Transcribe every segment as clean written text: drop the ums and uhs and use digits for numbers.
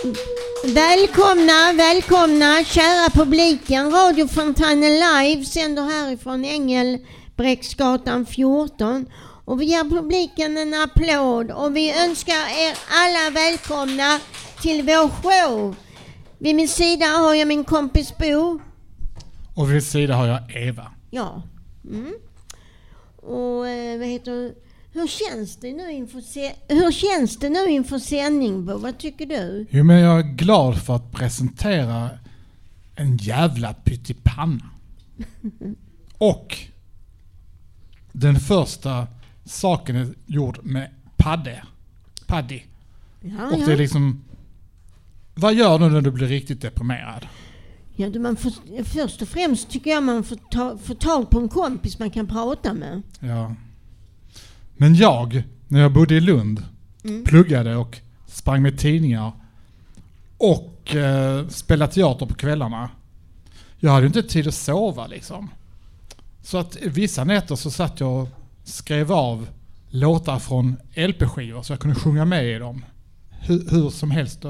Välkomna kära publiken. Radiofontänen live sänder härifrån Engelbrektsgatan 14. Och vi ger publiken en applåd och vi önskar er alla välkomna till vår show. Vid min sida har jag min kompis Bo. Och vid min sida har jag Eva. Ja. Och hur känns det nu inför sändning, Bo? Vad tycker du? Jo, men jag är glad för att presentera en jävla pyttipanna. Och den första saken är gjord med paddy. Ja, och det är liksom, vad gör du när du blir riktigt deprimerad? Ja, först och främst tycker jag man får tag på en kompis man kan prata med. Ja. Men när jag bodde i Lund, pluggade och sprang med tidningar och spelade teater på kvällarna. Jag hade ju inte tid att sova liksom. Så att vissa nätter så satt jag och skrev av låtar från LP-skivor så jag kunde sjunga med i dem hur som helst.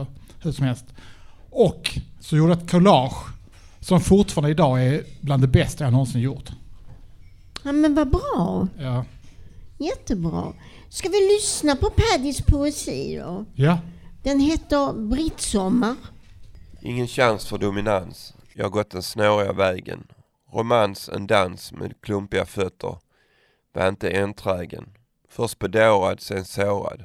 Och så gjorde jag ett collage som fortfarande idag är bland det bästa jag någonsin gjort. Ja, men vad bra. Ja. Jättebra. Ska vi lyssna på Paddys poesi då? Ja. Den heter Brittsommar. Ingen chans för dominans. Jag har gått den snåriga vägen. Romans, en dans med klumpiga fötter. Var inte enträgen. Först bedårad, sen sårad.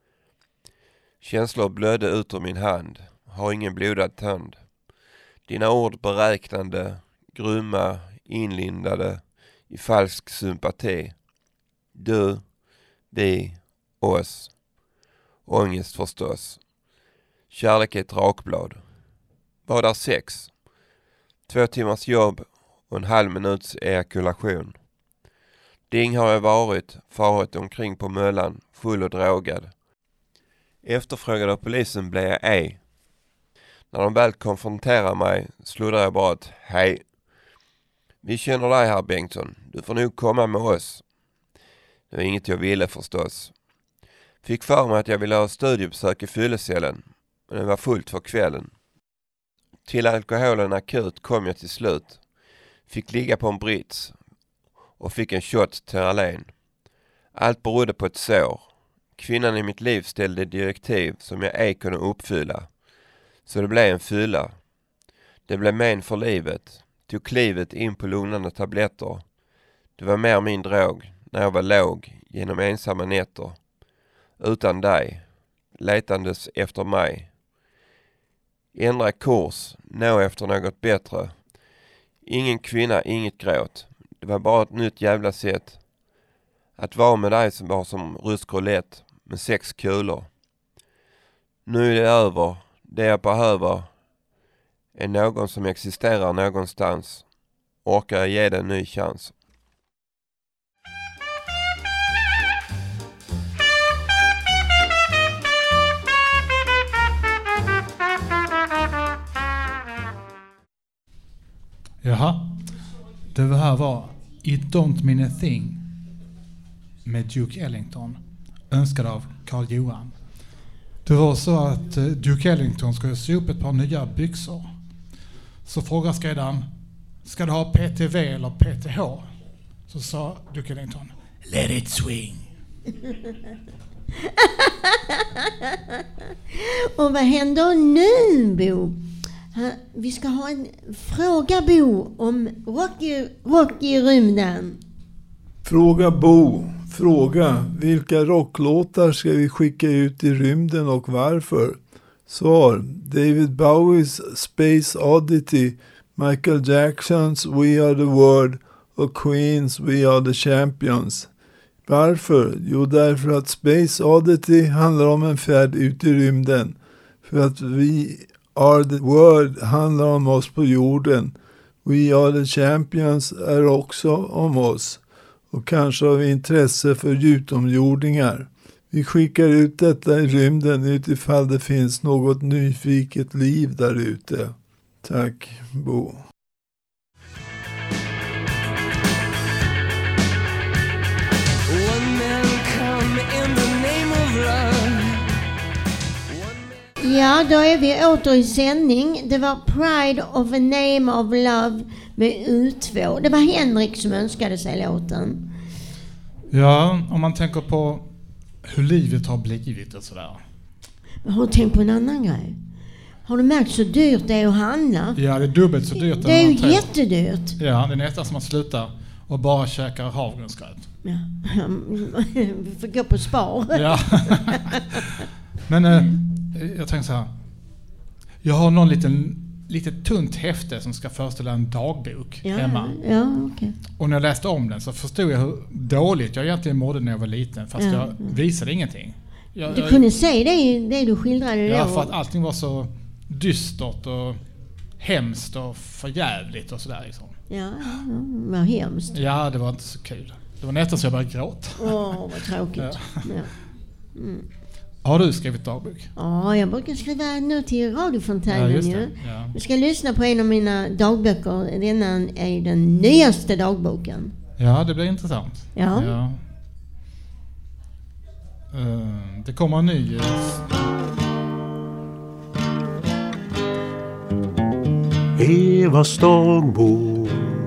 Känslor blödde ut ur min hand. Har ingen blodad tand. Dina ord beräknande, grymma, inlindade i falsk sympati. Du, vi, oss. Ångest förstås. Kärlek är ett rakblad. Vad är sex? 2 timmars jobb och en halv minuts ejakulation. Ding har jag farit omkring på möllan, full och drogad. Efterfrågad av polisen blev jag ej. När de väl konfronterar mig sluddar jag bara ett hej. Vi känner dig här, Bengtsson. Du får nog komma med oss. Det var inget jag ville förstås. Fick för mig att jag ville ha studiebesök i fyllecellen, men det var fullt för kvällen. Till alkoholen akut kom jag till slut. Fick ligga på en brits och fick en shot Terralen. Allt berodde på ett sår. Kvinnan i mitt liv ställde direktiv som jag ej kunde uppfylla. Så det blev en fylla. Det blev men för livet. Tog klivet in på lugnande tabletter. Det var mer min drog när jag var låg genom ensamma nätter. Utan dig. Letandes efter mig. Ändra kurs. Nå efter något bättre. Ingen kvinna, inget gråt. Det var bara ett nytt jävla sätt. Att vara med dig som var som rysk roulette med 6 kulor. Nu är det över. Det jag behöver är någon som existerar någonstans. Orkar jag ge det en ny chans? Jaha. Det här var It Don't Mean a Thing med Duke Ellington, önskad av Carl Johan. Det var så att Duke Ellington skulle sy upp ett par nya byxor. Så frågade skräddaren, ska du ha PTV eller PTH? Så sa Duke Ellington, let it swing. Och vad händer nu, Bo? Vi ska ha en fråga, Bo, om rock i rymden. Fråga Bo. Fråga, vilka rocklåtar ska vi skicka ut i rymden och varför? Svar, David Bowies Space Oddity, Michael Jacksons We Are The World och Queens We Are The Champions. Varför? Jo, därför att Space Oddity handlar om en färd ut i rymden. För att We Are The World handlar om oss på jorden. We Are The Champions är också om oss. Och kanske av intresse för utomjordingar. Vi skickar ut detta i rymden utifall det finns något nyfiket liv där ute. Tack, Bo. Ja, då är vi åter i sändning. Det var Pride of a Name of Love med U2. Det var Henrik som önskade sig låten. Ja, om man tänker på hur livet har blivit och sådär. Har du tänkt på en annan grej? Har du märkt så dyrt det är att handla? Ja, det är dubbelt så dyrt. Det är ju jättedyrt. Ja, det är nästan som att sluta och bara käka havregrynsgröt. Ja. Vi får gå på spar. Ja. Men jag tänker så här. Jag har någon lite tunt häfte som ska föreställa en dagbok hemma. Ja, okay. Och när jag läste om den så förstod jag hur dåligt jag egentligen mådde när jag var liten. Fast jag visade ingenting. Du kunde säga det du skildrade då. Ja, för att allting var så dystert och hemskt och förjävligt och sådär liksom. Ja, vad hemskt. Ja, det var inte så kul. Det var nästan så jag började gråta. Vad tråkigt. Ja. Har du skrivit dagbok? Ja, jag brukar skriva nu till radiofontänen. Ja, just det. Ja. Jag ska lyssna på en av mina dagböcker. Denna är den nyaste dagboken. Ja, det blir intressant. Ja. Det kommer en ny... Evas dagbok.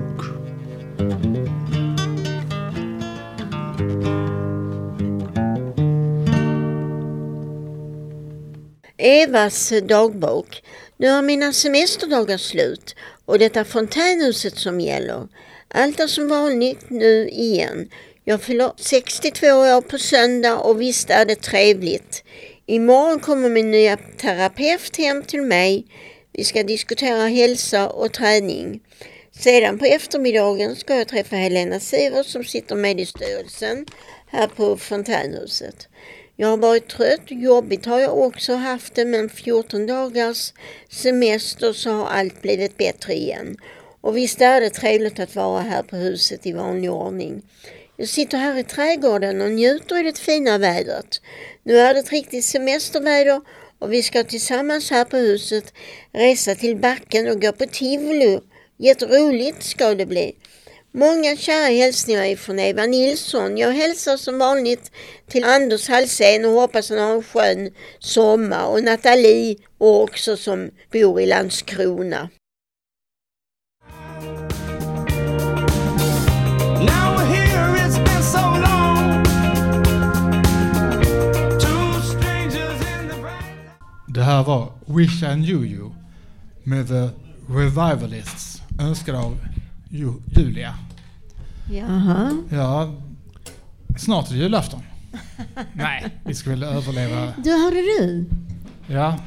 Evas dagbok. Nu har mina semesterdagar slut och det är fontänhuset som gäller. Allt är som vanligt nu igen. Jag fyller 62 år på söndag och visst är det trevligt. Imorgon kommer min nya terapeut hem till mig. Vi ska diskutera hälsa och träning. Sedan på eftermiddagen ska jag träffa Helena Sivers som sitter med i styrelsen här på fontänhuset. Jag har varit trött, jobbigt har jag också haft det, men 14 dagars semester så har allt blivit bättre igen. Och visst är det trevligt att vara här på huset i vanlig ordning. Jag sitter här i trädgården och njuter i det fina vädret. Nu är det ett riktigt semesterväder och vi ska tillsammans här på huset resa till backen och gå på tivoli. Jätteroligt ska det bli. Många kära hälsningar från Eva Nilsson. Jag hälsar som vanligt till Anders Halsen och hoppas han har en skön sommar. Och Nathalie också som bor i Landskrona. Det här var Wish I Knew You med The Revivalists, önskad av Julia. Jaha. Ja, snart är det julafton. Nej, vi ska väl överleva. Du, hörde du? Ja.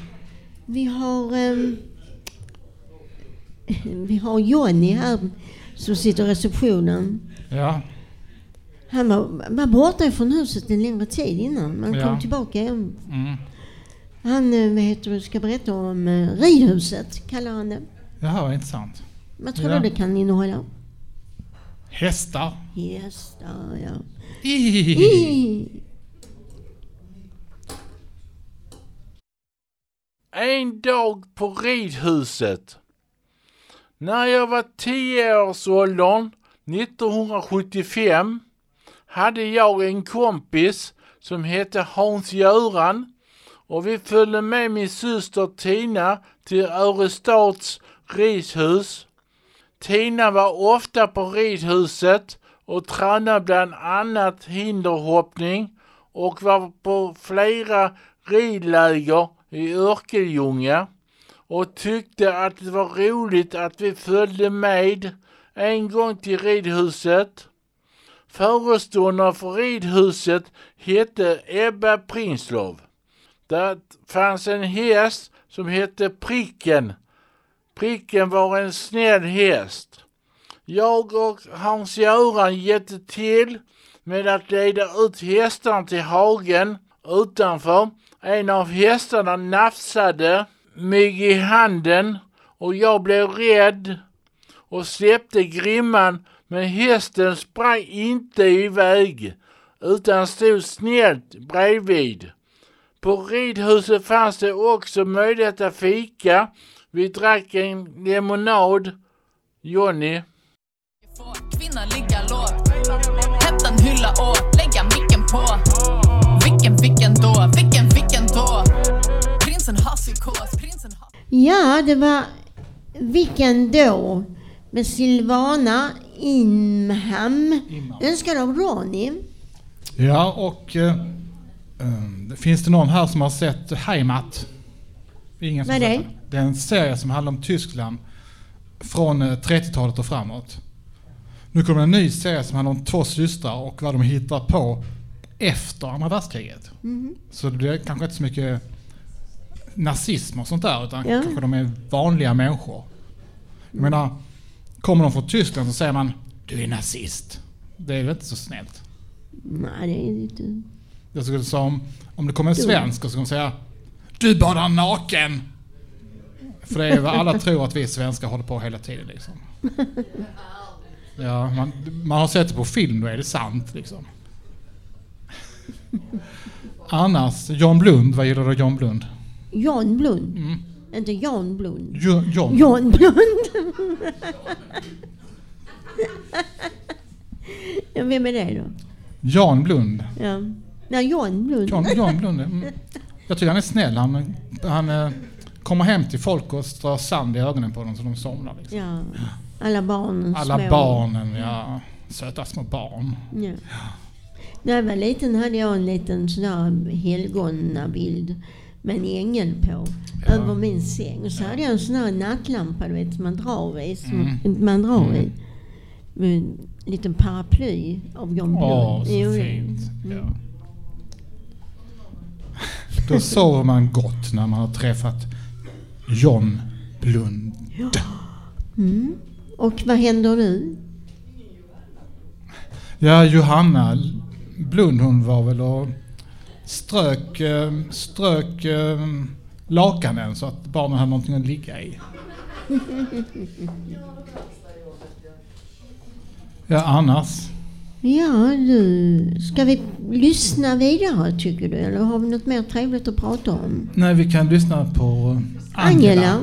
Vi har Johnny här som sitter i receptionen. Ja. Han var borta från huset en längre tid innan. Man kom tillbaka igen. Han ska berätta om ridhuset, kallar han det. Jaha, vad intressant. Vad tror du det kan innehålla? Hästar. Hästar, ja. En dag på ridhuset. När jag var 10-årsåldern 1975 hade jag en kompis som hette Hans-Göran och vi följde med min syster Tina till Örestads ridhus. Tina var ofta på ridhuset och tränade bland annat hinderhoppning och var på flera ridläger i Örkelljunga och tyckte att det var roligt att vi följde med en gång till ridhuset. Föreståndare för ridhuset hette Ebba Prinslov. Det fanns en häst som hette Pricken. Pricken var en snäll häst. Jag och Hans-Göran hjälpte till med att leda ut hästarna till hagen utanför. En av hästarna nafsade mig i handen och jag blev rädd och släppte grimman, men hästen sprang inte iväg utan stod snällt bredvid. På ridhuset fanns det också möjlighet att fika. Vi drack en lemonad. Johnny. Kvinna ligga låg. Hämta en hylla och lägga micken på. Vilken då? Vilken då? Prinsen har psykos. Ja, det var Vilken då? Med Silvana Imham. Önskad av Ronny. Ja, och finns det någon här som har sett Heimat? Ingen som Vad är det? sett den. Det är en serie som handlar om Tyskland från 30-talet och framåt. Nu kommer en ny serie som handlar om 2 systrar och vad de hittar på efter andra världskriget. Så det blir kanske inte så mycket nazism och sånt där, utan kanske de är vanliga människor. Jag menar, kommer de från Tyskland så säger man du är nazist. Det är väl inte så snällt. Nej, det är inte. Jag skulle säga om det kommer en svensk och så ska de säga du badar naken. För det är vad alla tror att vi svenskar håller på hela tiden liksom. Ja, man har sett det på film, då är det sant liksom. Annars, Jan Blund, vad gillar du Jan Blund? Jan Blund? Inte Jan Blund. Jan Blund. Ja, vem är det då? Jan Blund. Ja. Nej, Jan Blund. Jan Blund. Jag tycker han är snäll. Han kommer hem till folk och drar sand i ögonen på dem så de somnar. Liksom. Ja. Alla barnen. Barnen, ja. Söta små barn. Ja. När jag var liten hade jag en liten sån där helgonnabild med en ängel på över min säng. Och så hade jag en sån här nattlampa, du vet, som man drar i. Med en liten paraply av Jan Blund. Så fint. Ja. Då sover man gott när man har träffat Jan Blund. Ja. Och vad händer nu? Ja, Johanna Blund, hon var väl och strök lakanen så att barnen hade någonting att ligga i. Ja, annars? Ja, du. Ska vi lyssna vidare, tycker du? Eller har vi något mer trevligt att prata om? Nej, vi kan lyssna på Angela.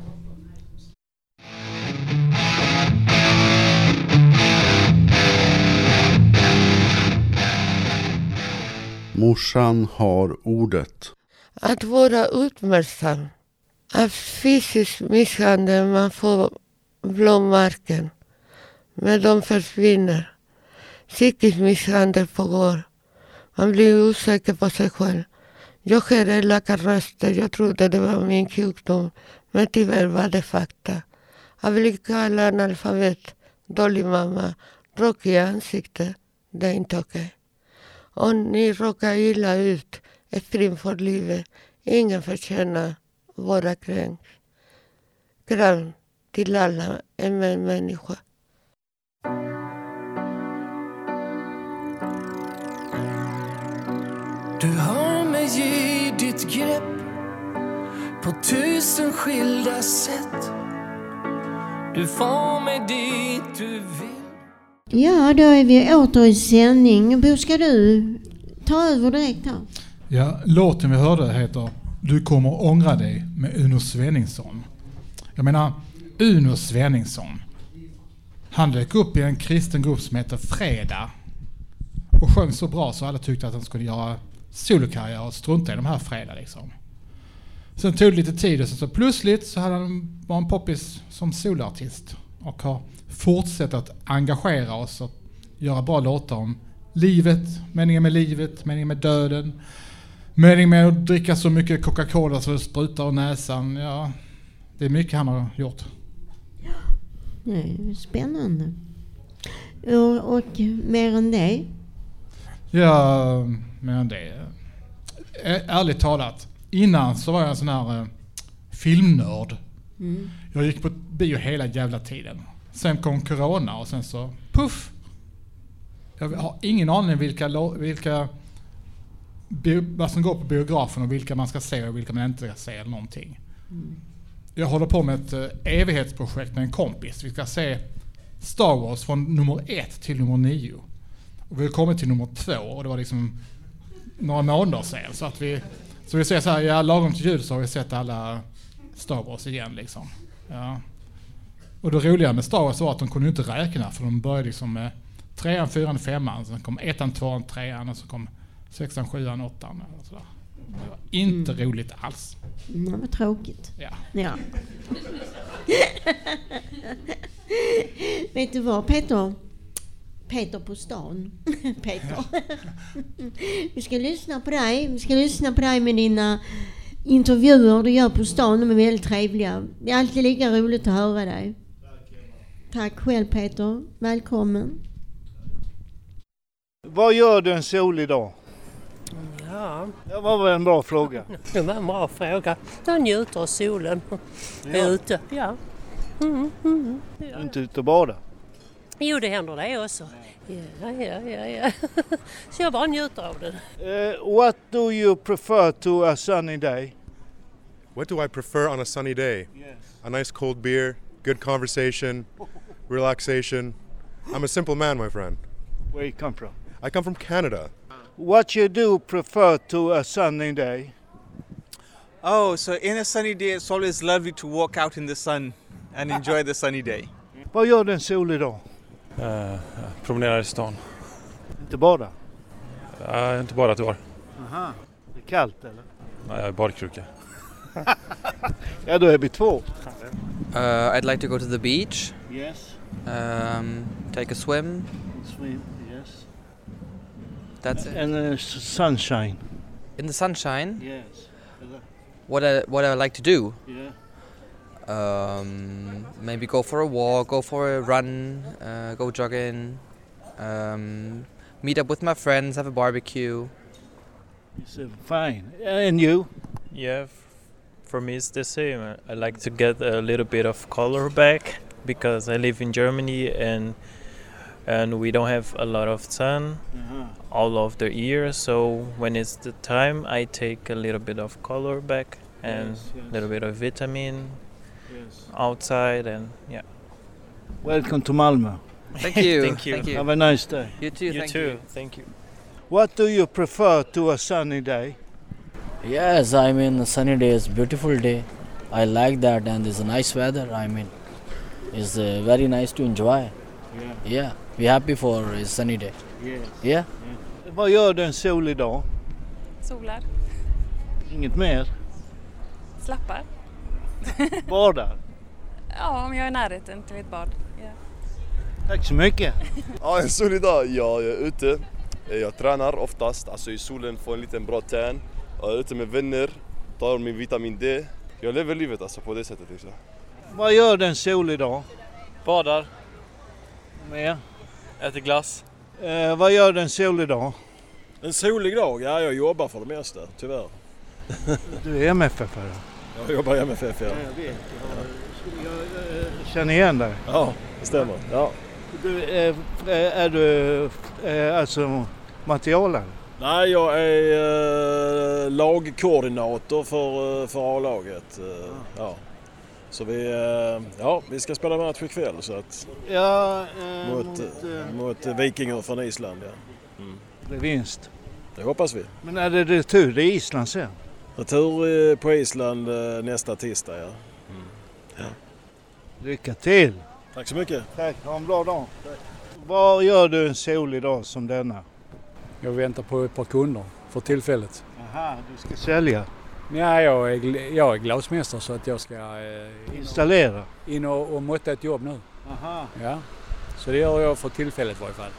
Morsan har ordet. Att vara uppmärksam. Av fysisk misshandel man får blåmärken. Men de försvinner. Psykisk misshandel pågår. Man blir osäker på sig själv. Jag hörde elaka röster. Jag trodde det var min sjukdom. Men tyvärr var det fakta. Jag blir kallad analfabet. Dålig mamma. Tråkig ansikte. Det är inte okej. Om ni råkar illa ut, är fri för livet. Ingen förtjänar våra kränk. Kram till alla, en människa. Du har mig i ditt grepp på 1000 skilda sätt. Du får mig dit du vill. Ja, då är vi åter i sändning. Bo, ska du ta över direkt här? Ja, låten vi hörde heter Du kommer ångra dig med Uno Svenningsson. Jag menar, Uno Svenningsson. Han dök upp i en kristen grupp som heter Freda. Och sjöng så bra så alla tyckte att han skulle göra solokarriär och strunta i de här Freda liksom. Sen tog det lite tid och så plötsligt så hade han var en poppis som soloartist. Och har fortsatt att engagera oss och göra bra låtar om livet, meningen med döden, meningen med att dricka så mycket Coca-Cola så det sprutar ur näsan. Ja, det är mycket han har gjort. Ja, det är spännande. Och mer än det? Ja, mer än det. Ärligt talat, innan så var jag en sån här filmnörd. Jag gick på bio hela jävla tiden. Sen kom corona och sen så puff. Jag har ingen aning vilka vad som går på biografen och vilka man ska se och vilka man inte ska se eller någonting. Jag håller på med ett evighetsprojekt med en kompis. Vi ska se Star Wars från nummer 1 till nummer 9. Och vi har kommit till nummer 2 och det var liksom några månader sedan. Så vi säger så här, ja, lagom till jul så har vi sett alla Star Wars igen liksom. Ja. Och det roliga med Star Wars var att de kunde inte räkna för de började liksom med 3, 4, 5, sen kom 1, 2, 3 och så kom 6, 7, 8 och sådär. Det var inte roligt alls. Det var tråkigt. Ja. Vet du vad, Peter? Peter på stan. Peter. Vi ska lyssna på dig. Vi ska lyssna på dig med dina intervjuer du gör på stan. De är väldigt trevliga. Det är alltid lika roligt att höra dig. Tack själv, Peter. Välkommen. Vad gör du en solig dag? Ja. Det var väl en bra fråga. Det var en bra fråga. Jag njuter av solen. Jag är ute. Ja. Du är inte ute och bada? Jo, det händer det också. Ja. Så jag bara njuter av det. What do you prefer to a sunny day? What do I prefer on a sunny day? Yes. A nice cold beer, good conversation, relaxation. I'm a simple man, my friend. Where you come from? I come from Canada. What you do prefer to a sunny day? Oh, so in a sunny day it's always lovely to walk out in the sun and enjoy the sunny day. Vad gör du en solig dag? Promenerar i stan. Inte bada? Inte badat i år. Aha. Det är kallt eller? Nej, jag är badkruka. Ja, då är vi två. I'd like to go to the beach. Yes. Take a swim. Swim, yes. That's it. And sunshine. In the sunshine? Yes. What I like to do? Yeah. Maybe go for a walk, go for a run, go jogging, meet up with my friends, have a barbecue. It's fine. And you? Yeah, for me it's the same. I like to get a little bit of color back because I live in Germany and we don't have a lot of sun all of the year. So when it's the time, I take a little bit of color back and a little bit of vitamin outside and yeah. Welcome to Malmö. Thank you. Thank you. Thank you. Have a nice day. You too. You Thank too. you. Thank you. What do you prefer to a sunny day? Yes, I mean a sunny day is a beautiful day. I like that and there's a nice weather. I mean, it's very nice to enjoy. Yeah, we're happy for a sunny day. Yes. Yeah. Vad gör du en solig dag? Solar. Inget mer? Slappar. Badar? Ja, om jag är i närheten till ett bad. Yeah. Tack så mycket. Ja, en solig dag. Jag är ute. Jag tränar oftast. Alltså i solen, får en liten bra tan. Jag är ute med vänner. Tar min vitamin D. Jag lever livet alltså på det sättet. Liksom. Vad gör du en solig dag? Badar. Mer? Äter glass. Vad gör du en solig dag? En solig dag? Ja, jag jobbar för det mesta, tyvärr. Du är MFF-are? Jag jobbar i MFF, ja. Jag vet. Jag känner igen dig. Ja, det stämmer. Ja. Du, är du alltså materialare? Nej, jag är lagkoordinator för A-laget. Ja. Så vi ska spela match ikväll så att mot Vikingar från Island. Ja. Det är vinst. Det hoppas vi. Men är det retur i Island sen? Retur på Island nästa tisdag, ja. Ja. Lycka till! Tack så mycket. Tack, ha en bra dag. Tack. Vad gör du en solig dag som denna? Jag väntar på ett par kunder för tillfället. Aha, du ska sälja? Ja, jag är glasmästare så att jag ska installera? In och måtta ett jobb nu. Aha. Ja, så det gör jag för tillfället i varje fall.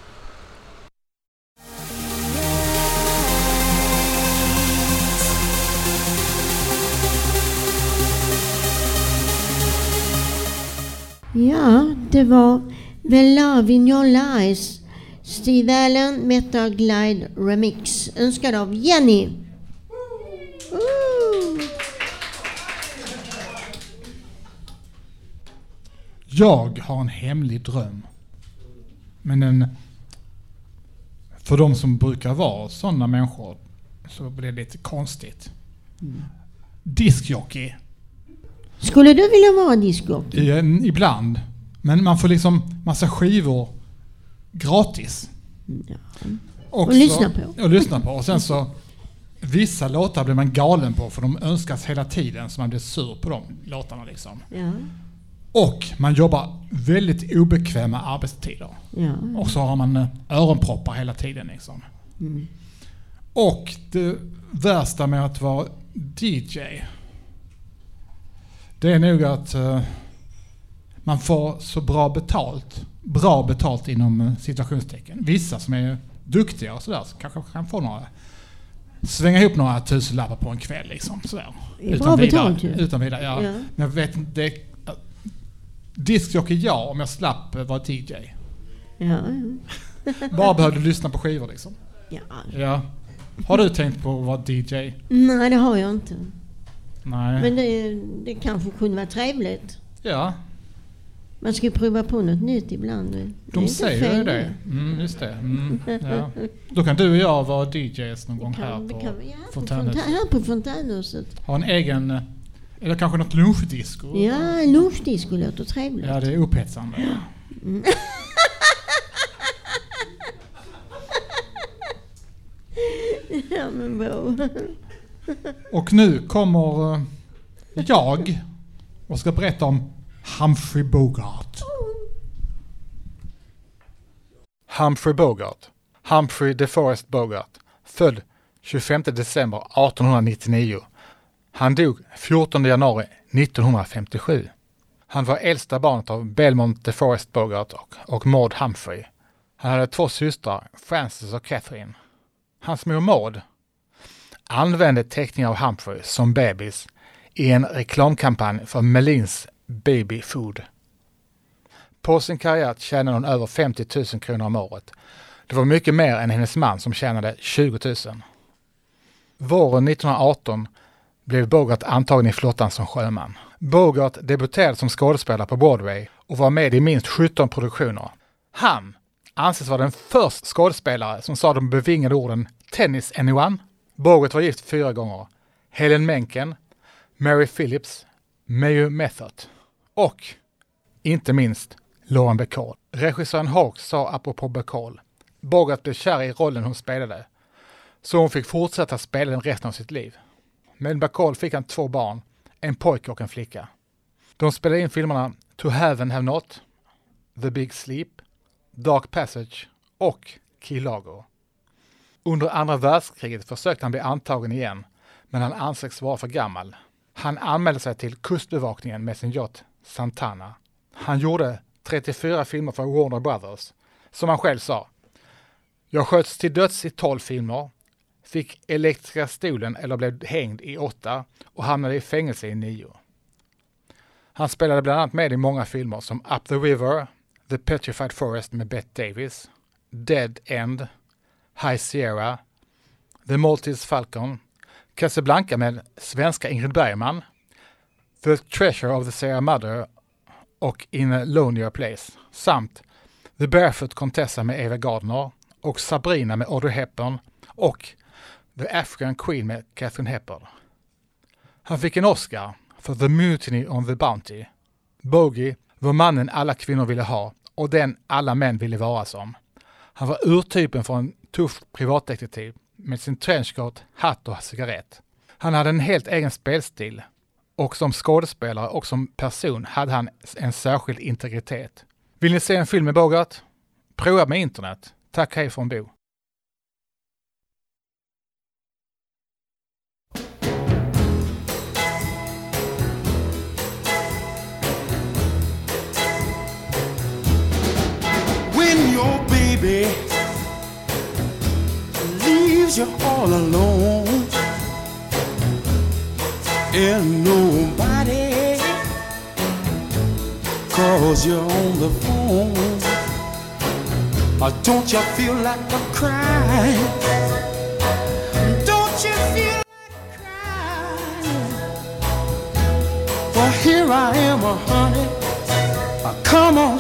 Ja, det var The Love in Your Lies, Steve Allen Metal Glide Remix, önskad av Jenny. Jag har en hemlig dröm. Men för de som brukar vara sådana människor så blir det lite konstigt. Diskjockey. Skulle du vilja vara diskjockey? Ibland. Men man får liksom massa skivor gratis. Ja. Och lyssna på. Och sen så vissa låtar blir man galen på för de önskas hela tiden så man blir sur på de låtarna liksom. Ja. Och man jobbar väldigt obekväma arbetstider. Ja. Och så har man öronproppar hela tiden liksom. Mm. Och det värsta med att vara DJ, det är nog att man får så bra betalt inom situationstecken. Vissa som är duktiga och sådär så kanske kan få svänga ihop några tusenlappar på en kväll liksom, sådär. Utan vidare, ja. Men jag vet inte, diskjockey om jag slapp vara DJ. Ja. Bara behövde lyssna på skivor liksom. Ja. Har du tänkt på att vara DJ? Nej, det har jag inte. Nej. Men det kanske kunde vara trevligt. Ja. Man ska ju prova på något nytt ibland. De säger ju det. Just det. Ja. Då kan du och jag vara DJs någon gång här på Fontänhuset. Här på Fontänhuset. Ha en egen, eller kanske något lunchdisco. Ja, lunchdisco låter trevligt. Ja, det är upphetsande. Ja, men bra. Och nu kommer jag och ska berätta om Humphrey Bogart. Humphrey Bogart. Humphrey DeForest Bogart. Född 25 december 1899. Han dog 14 januari 1957. Han var äldsta barnet av Belmont DeForest Bogart och Maud Humphrey. Han hade 2 systrar, Frances och Catherine. Hans mor Maud använde teckningar av Humphrey som bebis i en reklamkampanj för Melins Baby Food. På sin karriär tjänade hon över 50 000 kronor om året. Det var mycket mer än hennes man som tjänade 20 000. Våren 1918 blev Bogart antagen i flottan som sjöman. Bogart debuterade som skådespelare på Broadway och var med i minst 17 produktioner. Han anses vara den första skådespelare som sa de bevingade orden "Tennis anyone?" Bogart var gift 4 gånger. Helen Menken, Mary Phillips, Mayu Method och inte minst Lauren Bacall. Regissören Hawks sa apropå Bacall: Bogart blev kär i rollen hon spelade, så hon fick fortsätta spela den resten av sitt liv. Med Bacall fick han 2 barn, en pojke och en flicka. De spelade in filmerna To Have and Have Not, The Big Sleep, Dark Passage och Key Largo. Under andra världskriget försökte han bli antagen igen, men han ansågs vara för gammal. Han anmälde sig till kustbevakningen med sin yacht Santana. Han gjorde 34 filmer för Warner Brothers. Som han själv sa: jag sköts till döds i 12 filmer, fick elektriska stolen eller blev hängd i 8 och hamnade i fängelse i 9. Han spelade bland annat med i många filmer som Up the River, The Petrified Forest med Bette Davis, Dead End, High Sierra, The Maltese Falcon, Casablanca med svenska Ingrid Bergman, The Treasure of the Sierra Mother och In a Lonelier Place, samt The Barefoot Contessa med Ava Gardner och Sabrina med Audrey Hepburn och The African Queen med Katharine Hepburn. Han fick en Oscar för The Mutiny on the Bounty. Bogey var mannen alla kvinnor ville ha och den alla män ville vara som. Han var urtypen för en tuff privatdetektiv med sin trenchcoat, hatt och cigarett. Han hade en helt egen spelstil och som skådespelare och som person hade han en särskild integritet. Vill ni se en film med Bogart? Prova med internet. Tack, hej från Bo. When your baby leaves you all alone and nobody calls you on the phone, don't you feel like a crying? Don't you feel like crying? Well, here I am, honey. Come on.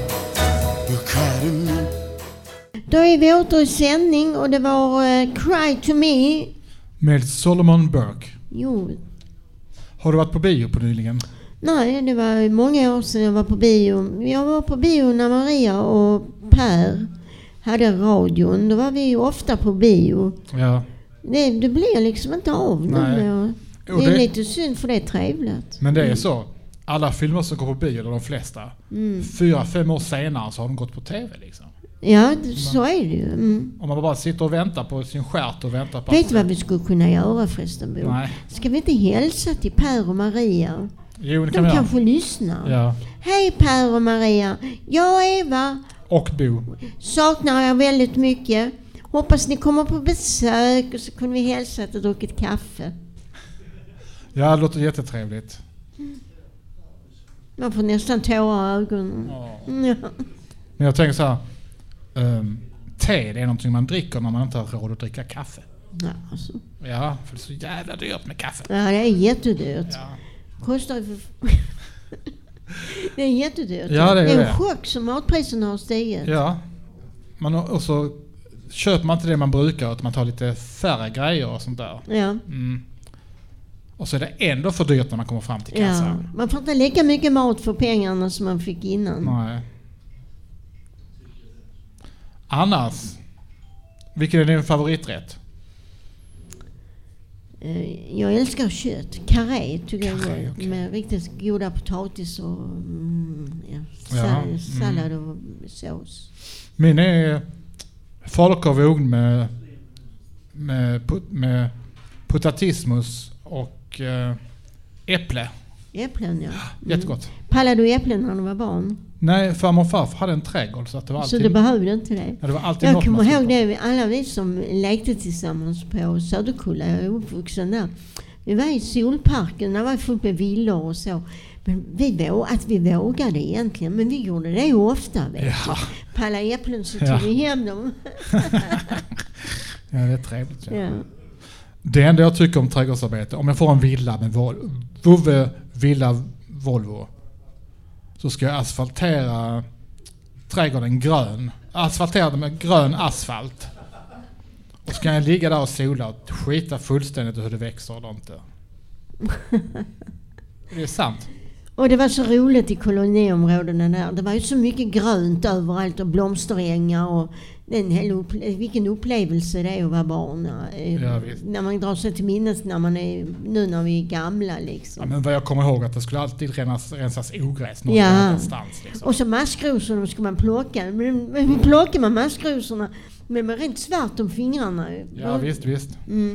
Då är vi åter i sändning och det var Cry to Me med Solomon Burke. Jo. Har du varit på bio på nyligen? Nej, det var många år sedan jag var på bio. Jag var på bio när Maria och Per hade radion. Då var vi ju ofta på bio. Ja. Det blir liksom inte av nu. Det är lite synd för det är trevligt. Men det är så. Alla filmer som går på bio, eller de flesta, 4-5 år senare så har de gått på tv liksom. Ja, så är det ju. Om man bara sitter och väntar på sin stjärt och väntar på... Vet du vad vi skulle kunna göra förresten, Bo? Nej. Ska vi inte hälsa till Per och Maria? Jo, det kan vi De kanske lyssnar. Ja. Hej Per och Maria. Jag är Eva. Och Bo. Saknar jag väldigt mycket. Hoppas ni kommer på besök och så kunde vi hälsa och druckit kaffe. Ja, det låter jättetrevligt. Man får nästan tårar i ögonen. Ja. Men jag tänker så här. Te, det är någonting man dricker när man inte har råd att dricka kaffe. Ja, alltså. Ja, för det är så jävla dyrt med kaffe. Ja, det är jättedyrt. Ja. Kostar ju det är jättedyrt. Ja, det är en chock som matpriserna har stigit. Ja. Och så köper man inte det man brukar utan man tar lite färre grejer och sånt där. Ja. Och så är det ändå för dyrt när man kommer fram till kassan. Ja. Man får inte lika mycket mat för pengarna som man fick innan. Nej. Annars, vilken är din favoriträtt? Jag älskar kött. Karré tycker jag är okay. Med riktigt goda potatis och sallad och sås. Min är falukorv i ugn med potatismus och äpple. Äpplen, ja. Jättegott. Pallade du äpplen när du var barn? Nej, farmor och farfar hade en trädgård så att det var alltid... Så du behövde inte det? Ja, det var alltid jag kommer ihåg det, alla vi som lekte tillsammans på Söderkulla, jag är uppvuxen där. Vi var i Solparken, där var fullt med villor och så. Men vi vågade egentligen, men vi gjorde det ofta. Ja. Palla äpplen så tog vi hem dem. Ja, det är trevligt. Ja. Ja. Det enda jag tycker om trädgårdsarbete, om jag får en villa med Vovve Villa Volvo, så ska jag asfaltera trädgården grön. Asfaltera den med grön asfalt. Och så kan jag ligga där och sola och skita fullständigt hur det växer eller inte. Det är sant. Och det var så roligt i koloniområdena där. Det var ju så mycket grönt överallt och blomsterängar och vilken upplevelse det är att vara barn. När man drar sig till minnes när vi är gamla liksom. Ja, men vad jag kommer ihåg att det skulle alltid rensas ogräs någonstans. Liksom. Och så maskrosorna skulle man plocka. Men plockar man maskrosorna men det var rent svart om fingrarna. Ja, visst.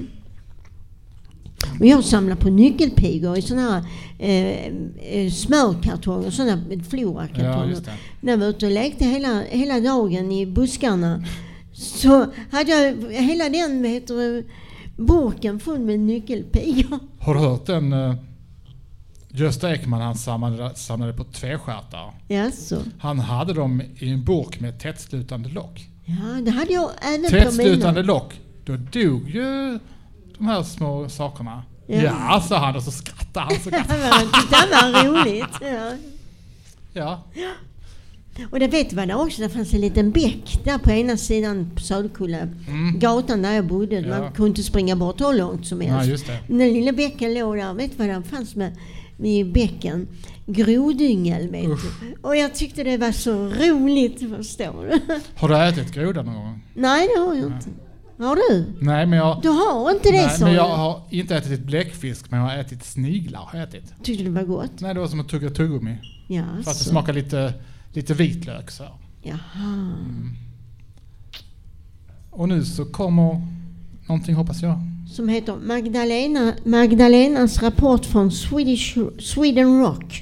Och jag samlar på nyckelpigor i såna här smörkartonger, såna florakartonger. Ja, när jag var ute och lekte hela dagen i buskarna så hade jag hela den burken full med nyckelpigor. Har du hört den Gösta Ekman, han samlade på tvestjärtar? Jaså. Han hade dem i en burk med tättslutande lock. Ja, det hade jag även på tättslutande lock, då dog ju de här små sakerna. Ja, sa han och så skrattade han. Det var roligt. Ja. Och det vet man också, det fanns en liten bäck där på ena sidan på Söderkulla. Gatan där jag bodde. Ja. Man kunde inte springa bort hur långt som helst. Ja, just det. Den lilla bäcken låg där. Vet du vad det fanns med i bäcken? Grodyngel, vet du. Och jag tyckte det var så roligt, förstår du. Har du ätit groda någon gång? Nej, det har jag inte. Har du? Nej, men jag... Du har inte det, så. Men jag har inte ätit bläckfisk, men jag har ätit sniglar. Har jag ätit. Tyckte det var gott? Nej, det var som att tugga tuggummi. Ja, fast det smakar lite vitlök så. Jaha. Och nu så kommer någonting, hoppas jag. Som heter Magdalenas rapport från Sweden Rock.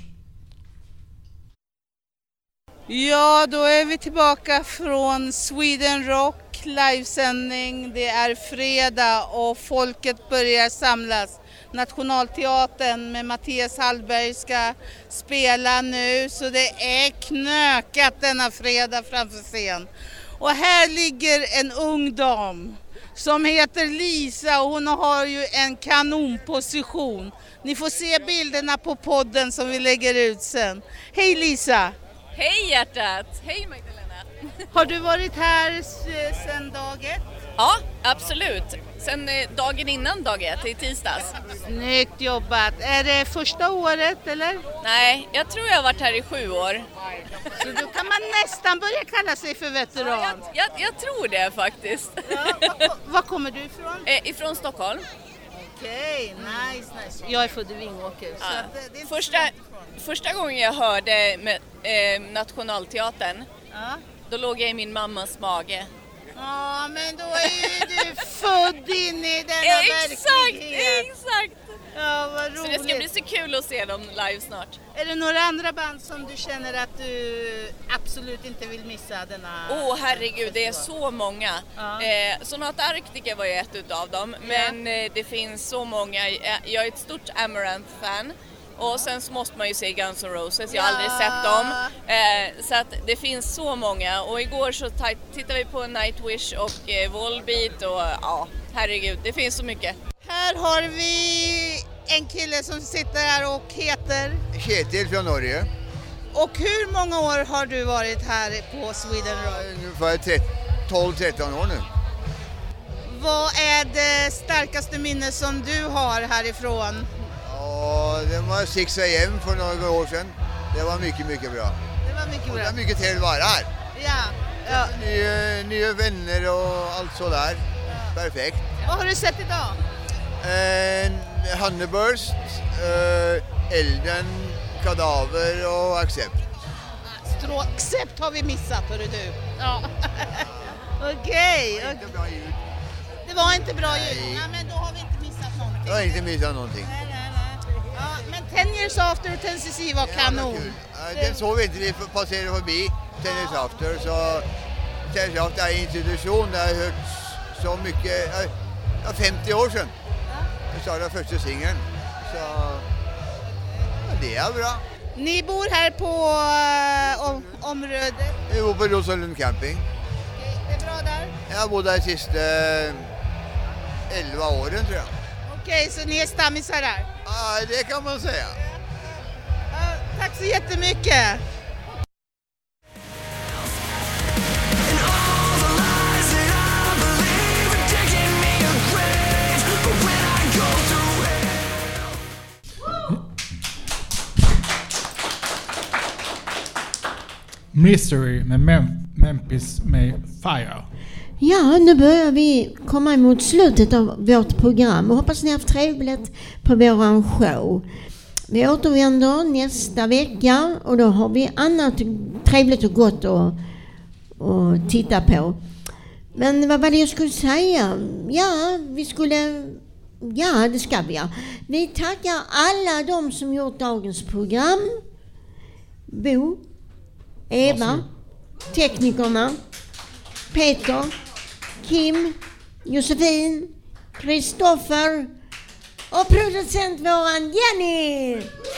Ja, då är vi tillbaka från Sweden Rock livesändning. Det är fredag och folket börjar samlas. Nationalteatern med Mattias Hallberg ska spela nu, så det är knökat denna fredag framför scen. Och här ligger en ung dam som heter Lisa och hon har ju en kanonposition. Ni får se bilderna på podden som vi lägger ut sen. Hej Lisa! Hej hjärtat! Hej Magdalena! Har du varit här sedan dag ett? Ja, absolut. Sen dagen innan dag ett, i tisdags. Snyggt jobbat! Är det första året eller? Nej, jag tror jag har varit här i 7 år. Så då kan man nästan börja kalla sig för veteran. Ja, jag tror det faktiskt. Ja, var kommer du ifrån? Ifrån Stockholm. Okej, nice. Jag är född i Vingåker. Ja. Så första gången jag hörde med Nationalteatern, Då låg jag i min mammas mage. Ja, men då är ju du född in i denna verklighet. Exakt! Ja, vad roligt. Så det ska bli så kul att se dem live snart. Är det några andra band som du känner att du absolut inte vill missa denna? Herregud, det är så många. Ja. Sonata Arctica var ju ett utav dem, men det finns så många. Jag är ett stort Amaranth-fan. Och sen så måste man ju se Guns N' Roses, jag har aldrig sett dem. Så att det finns så många. Och igår så tittade vi på Nightwish och Volbeat och herregud, det finns så mycket. Här har vi en kille som sitter här och heter Kjetil från Norge. Och hur många år har du varit här på Sweden Rock? Ungefär 12-13 år nu. Vad är det starkaste minne som du har härifrån? Ja, det var 6 AM för några år sedan. Det var mycket bra. Det var mycket bra. Det var mycket trevligt att vara här. Ja. Nya vänner och allt sådär. Ja. Perfekt. Vad har du sett idag? Honeyburst, Elden, Kadaver och Accept. Accept har vi missat, hörru du. Ja. Okej. Det var inte bra ljud. Nej, men då har vi inte missat någonting. Jag har inte missat någonting. Nej. Ja, men 10 Years After och 10cc var kanon. Den såg vi inte, vi passerade förbi 10 Years After. Så 10 Years After är en institution där jag har hört så mycket, 50 år sedan. Jag sa den första singeln. Så det är bra. Ni bor här på området? Vi bor på Rosalund camping. Det är bra där? Jag har bott där de sista 11 åren tror jag. Okej, så ni är stammisar där? Ja, det kan man säga. Tack så jättemycket! Mystery med Memphis med Fire. Ja, nu börjar vi komma emot slutet av vårt program och hoppas ni har haft trevligt på våran show. Vi återvänder nästa vecka och då har vi annat trevligt och gott att titta på. Men vad var det jag skulle säga? Det ska vi. Vi tackar alla de som gjort dagens program. Bo, Eva, teknikerna, Peter, Kim, Josefin, Kristoffer och producent våran Jenny.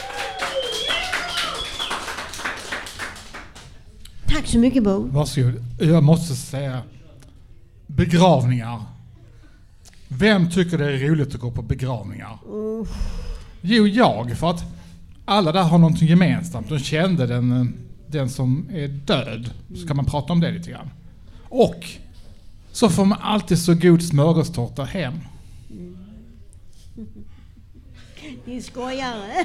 Tack så mycket, Bo. Varsågod. Jag måste säga begravningar. Vem tycker det är roligt att gå på begravningar? Jo, jag. För att alla där har någonting gemensamt. De kände den som är död. Så kan man prata om det lite grann. Och så får man alltid så god smörgåstårta hem. Ni skojare.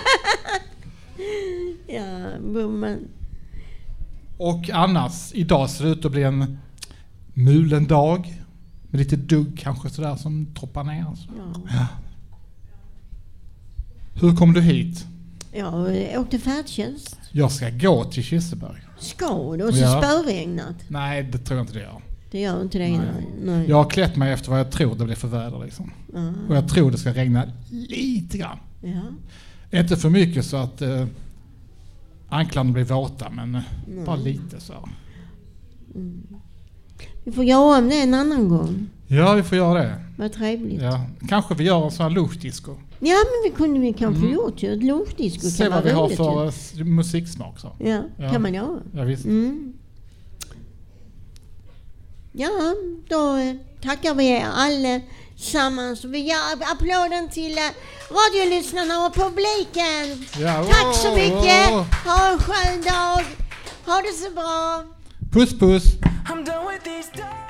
Ja, men... Och annars, idag ser det ut att bli en mulen dag. Med lite dugg kanske sådär som droppar ner. Ja. Hur kom du hit? Jag åkte färdtjänst. Jag ska gå till Kirseberg. Ska du? Och så spöregnat? Nej, det tror jag inte det gör. Det gör inte det? Nej. Jag har klätt mig efter vad jag tror det blir för väder liksom. Och jag tror det ska regna lite grann. Ja. Inte för mycket så att anklarna blir våta, men bara lite så. Vi får göra om det en annan gång. Ja, vi får göra det. Vad trevligt. Ja. Kanske vi gör en sån här lunchdisco. Ja, men vi kunde kanske gjort ett lunchdisco. Se vad vi har för musiksmak. Så. Ja, kan man göra. Ja, visst. Ja, då tackar vi er allesammans. Vi ger applåden till radiolyssnarna och publiken. Ja, tack så mycket. Ha en skön dag. Ha det så bra. Puss, puss. I'm done with these days.